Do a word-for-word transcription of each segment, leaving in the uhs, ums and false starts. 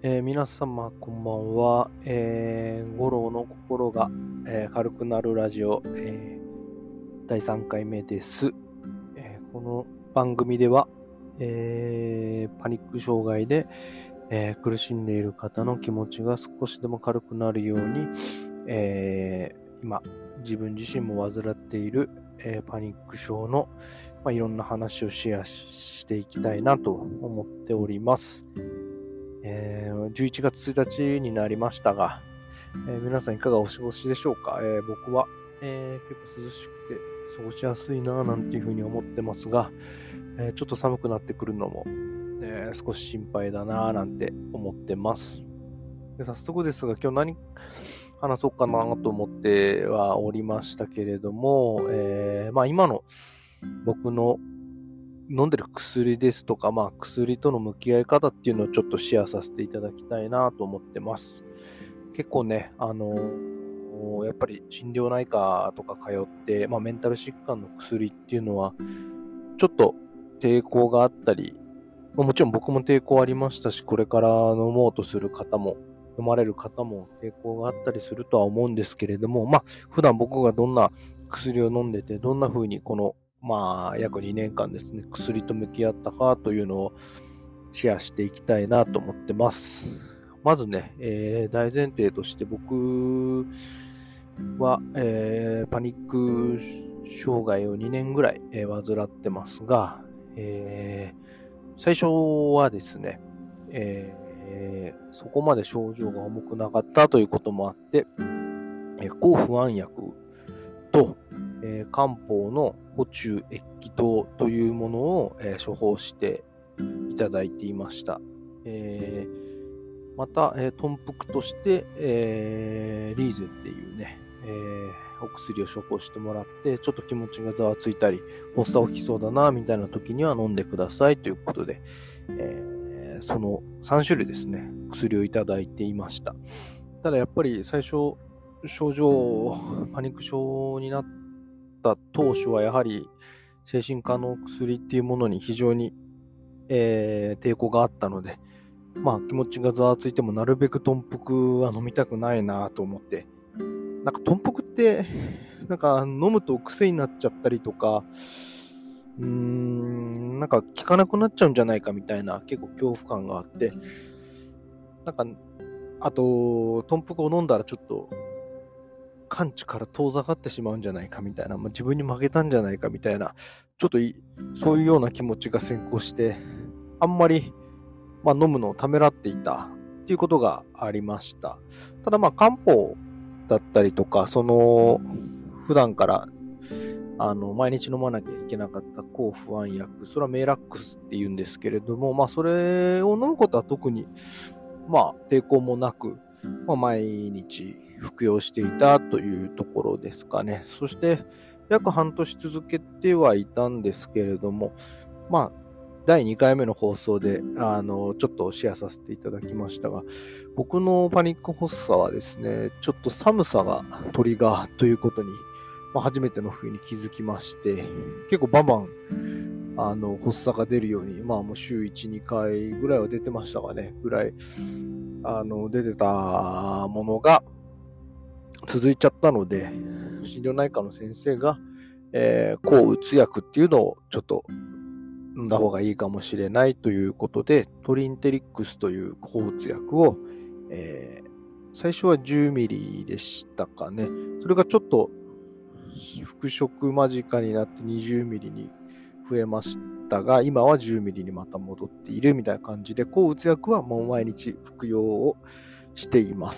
えー皆様こんばんは。えー、五郎の心が、えー軽くなるラジオ、えーだいさんかいめです。えーこの番組では、えーパニック障害で、えー苦しんでいる方の気持ちが少しでも軽くなるように、えー今自分自身も患っている、えーパニック症の、まあ、いろんな話をシェアしていきたいなと思っております。えーじゅういちがつついたちになりましたが、えー皆さんいかがお過ごしでしょうか。えー僕は、えー結構涼しくて過ごしやすいなぁなんていうふうに思ってますが、えーちょっと寒くなってくるのも、えー少し心配だなぁなんて思ってます。で早速ですが、今日何話そうかなと思ってはおりましたけれども、えーまあ今の僕の飲んでる薬ですとか、まあ薬との向き合い方っていうのをちょっとシェアさせていただきたいなと思ってます。結構ね、あのーやっぱり心療内科とか通って、まあメンタル疾患の薬っていうのは、ちょっと抵抗があったり、まあもちろん僕も抵抗ありましたし、これから飲もうとする方も、飲まれる方も抵抗があったりするとは思うんですけれども、まあ普段僕がどんな薬を飲んでて、どんな風にこのまあ、約にねんかんですね、薬と向き合ったかというのをシェアしていきたいなと思ってます。まずね、えー大前提として僕は、えーパニック障害をにねんぐらい、えー患ってますが、えー最初はですね、えーそこまで症状が重くなかったということもあって、えー抗不安薬と、えー漢方の補中液気糖というものを、えー処方していただいていました。えーまた、えー、豚腹として、えーリーゼっていうね、えーお薬を処方してもらって、ちょっと気持ちがざわついたり、発作起きそうだな、みたいな時には飲んでくださいということで、えーそのさんしゅるいですね、薬をいただいていました。ただやっぱり最初、症状、パニック症になった当初はやはり精神科の薬っていうものに非常に、えー抵抗があったので、まあ気持ちがざわついてもなるべく豚腹は飲みたくないなと思って、なんか豚腹って、なんか飲むと癖になっちゃったりとか、うーん、なんか効かなくなっちゃうんじゃないかみたいな結構恐怖感があって、なんか、あと、豚腹を飲んだらちょっと完治から遠ざかってしまうんじゃないかみたいな、まあ、自分に負けたんじゃないかみたいな、ちょっといそういうような気持ちが先行して、あんまり、まあ、飲むのをためらっていたっていうことがありました。ただまあ漢方だったりとか、その普段からあの毎日飲まなきゃいけなかった抗不安薬、それはメイラックスっていうんですけれども、まあそれを飲むことは特にまあ抵抗もなく、まあ、毎日服用していたというところですかね。そして約半年続けてはいたんですけれども、まあだいにかいめの放送で、あの、ちょっとシェアさせていただきましたが、僕のパニック発作はですね、ちょっと寒さがトリガーということに、まあ、初めての冬に気づきまして、結構バンバン、あの、発作が出るように、まあもう週いち、にかいぐらいは出てましたがね、ぐらい、あの、出てたものが続いちゃったので、心療内科の先生が、えー、抗うつ薬っていうのをちょっと飲んだ方がいいかもしれないということで、トリンテリックスという抗うつ薬を、えー、最初はじゅうミリでしたかね。それがちょっと復職間近になってにじゅうミリに増えましたが、今はじゅうミリにまた戻っているみたいな感じで、抗うつ薬はもう毎日服用をしています。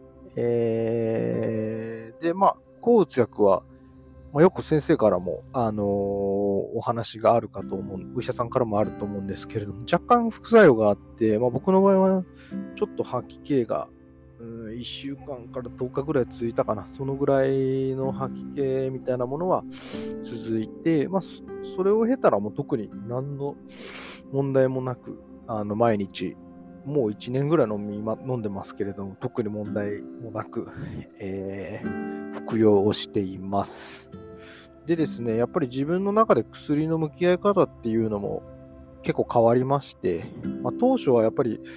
えー、で、まあ、抗うつ薬は、まあ、よく先生からも、あのーお話があるかと思う、お医者さんからもあると思うんですけれども、若干副作用があって、まあ、僕の場合は、ちょっと吐き気が、うん、いっしゅうかんからとおかぐらい続いたかな。そのぐらいの吐き気みたいなものは続いて、まあ、それを経たらもう特に何の問題もなく、あの、毎日、もういちねんぐらい飲み、ま、飲んでますけれども、特に問題もなく、えー、服用をしています。でですね、やっぱり自分の中で薬の向き合い方っていうのも結構変わりまして、まあ、当初はやっぱり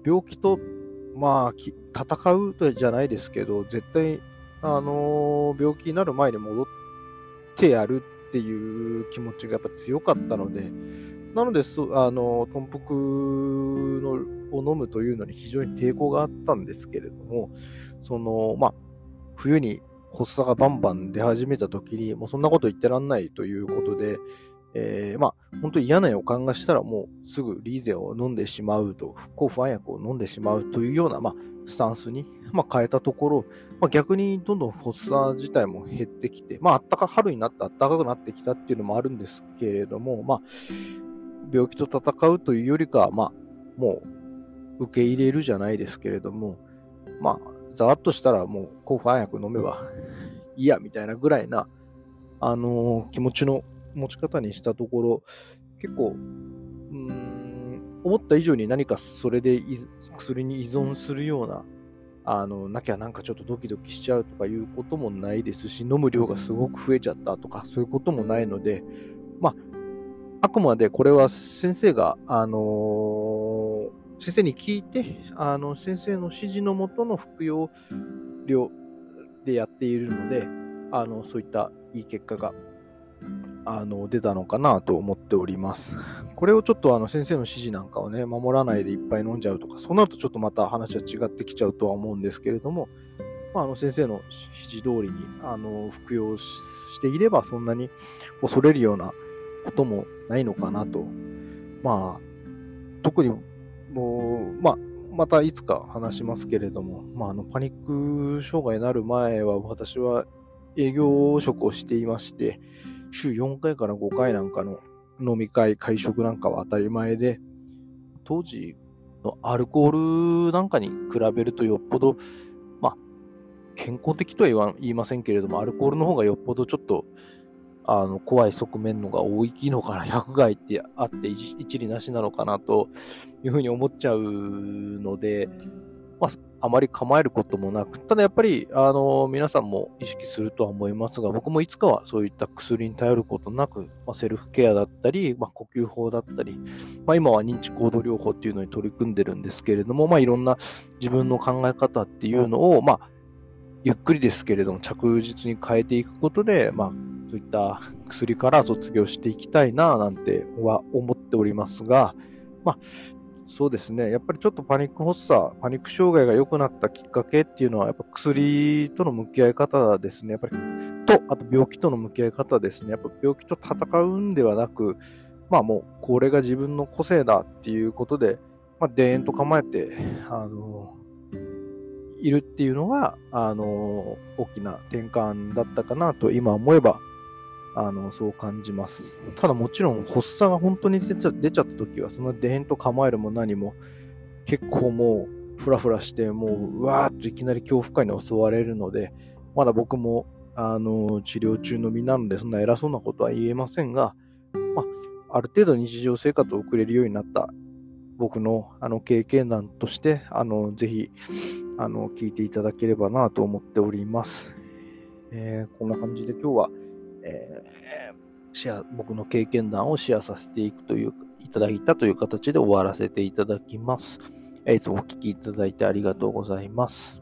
病気と、まあ、き戦うとじゃないですけど、絶対、あのー病気になる前に戻ってやるっていう気持ちがやっぱ強かったので、なので、そあの、豚腹のを飲むというのに非常に抵抗があったんですけれども、その、まあ、冬に発作がバンバン出始めた時に、もうそんなこと言ってらんないということで、えー、まあ、本当に嫌な予感がしたらもうすぐリーゼを飲んでしまうと、抗不安薬を飲んでしまうというような、まあ、スタンスに、まあ、変えたところ、まあ、逆にどんどん発作自体も減ってきて、まあ、あったか、春になって暖かくなってきたっていうのもあるんですけれども、まあ、病気と戦うというよりかは、まあ、もう受け入れるじゃないですけれども、まあ、ざわっとしたらもう抗不安薬飲めばいいやみたいなぐらいな、あのー気持ちの持ち方にしたところ、結構、うーん、思った以上に何かそれでい薬に依存するような、あの、なきゃなんかちょっとドキドキしちゃうとかいうこともないですし、飲む量がすごく増えちゃったとか、そういうこともないので、まあ、あくまでこれは先生が、あのー先生に聞いて、あの、先生の指示のもとの服用量でやっているので、あの、そういったいい結果が、あの、出たのかなと思っております。これをちょっとあの、先生の指示なんかをね、守らないでいっぱい飲んじゃうとか、そうなるとちょっとまた話は違ってきちゃうとは思うんですけれども、まあ、あの、先生の指示通りに、あの、服用していれば、そんなに恐れるようなこともないのかなと。まあ、特にもう、まあ、またいつか話しますけれども、まあ、あの、パニック障害になる前は、私は営業職をしていまして、週よんかいからごかいなんかの飲み会、会食なんかは当たり前で、当時のアルコールなんかに比べるとよっぽど、まあ、健康的とは言わ言いませんけれども、アルコールの方がよっぽどちょっと、あの、怖い側面のが大きいのかな、百害ってあって一一理なしなのかなというふうに思っちゃうので、まあ、あまり構えることもなく、ただやっぱり、あの、皆さんも意識するとは思いますが、僕もいつかはそういった薬に頼ることなく、まあ、セルフケアだったり、まあ、呼吸法だったり、まあ、今は認知行動療法っていうのに取り組んでるんですけれども、まあ、いろんな自分の考え方っていうのを、まあ、ゆっくりですけれども着実に変えていくことで、まあ、そういった薬から卒業していきたいななんては思っておりますが、まあ、そうですね。やっぱりちょっとパニック発作、パニック障害が良くなったきっかけっていうのは、やっぱ薬との向き合い方ですね。やっぱり、と、あと病気との向き合い方ですね。やっぱ病気と戦うんではなく、まあもう、これが自分の個性だっていうことで、まあ、田園と構えて、あの、いるっていうのが、あの、大きな転換だったかなと今思えば、あの、そう感じます。ただもちろん発作が本当に出ちゃ出ちゃった時は、そのでへんと構えるも何も、結構もう、ふらふらして、もう、うわーっといきなり恐怖感に襲われるので、まだ僕も、あの、治療中の身なので、そんな偉そうなことは言えませんが、まあ、ある程度日常生活を送れるようになった僕の、あの、経験談として、あの、ぜひ、あの、聞いていただければなと思っております。えーこんな感じで今日は、えーシェア、僕の経験談をシェアさせていくという、いただいたという形で終わらせていただきます。えーいつもお聞きいただいてありがとうございます。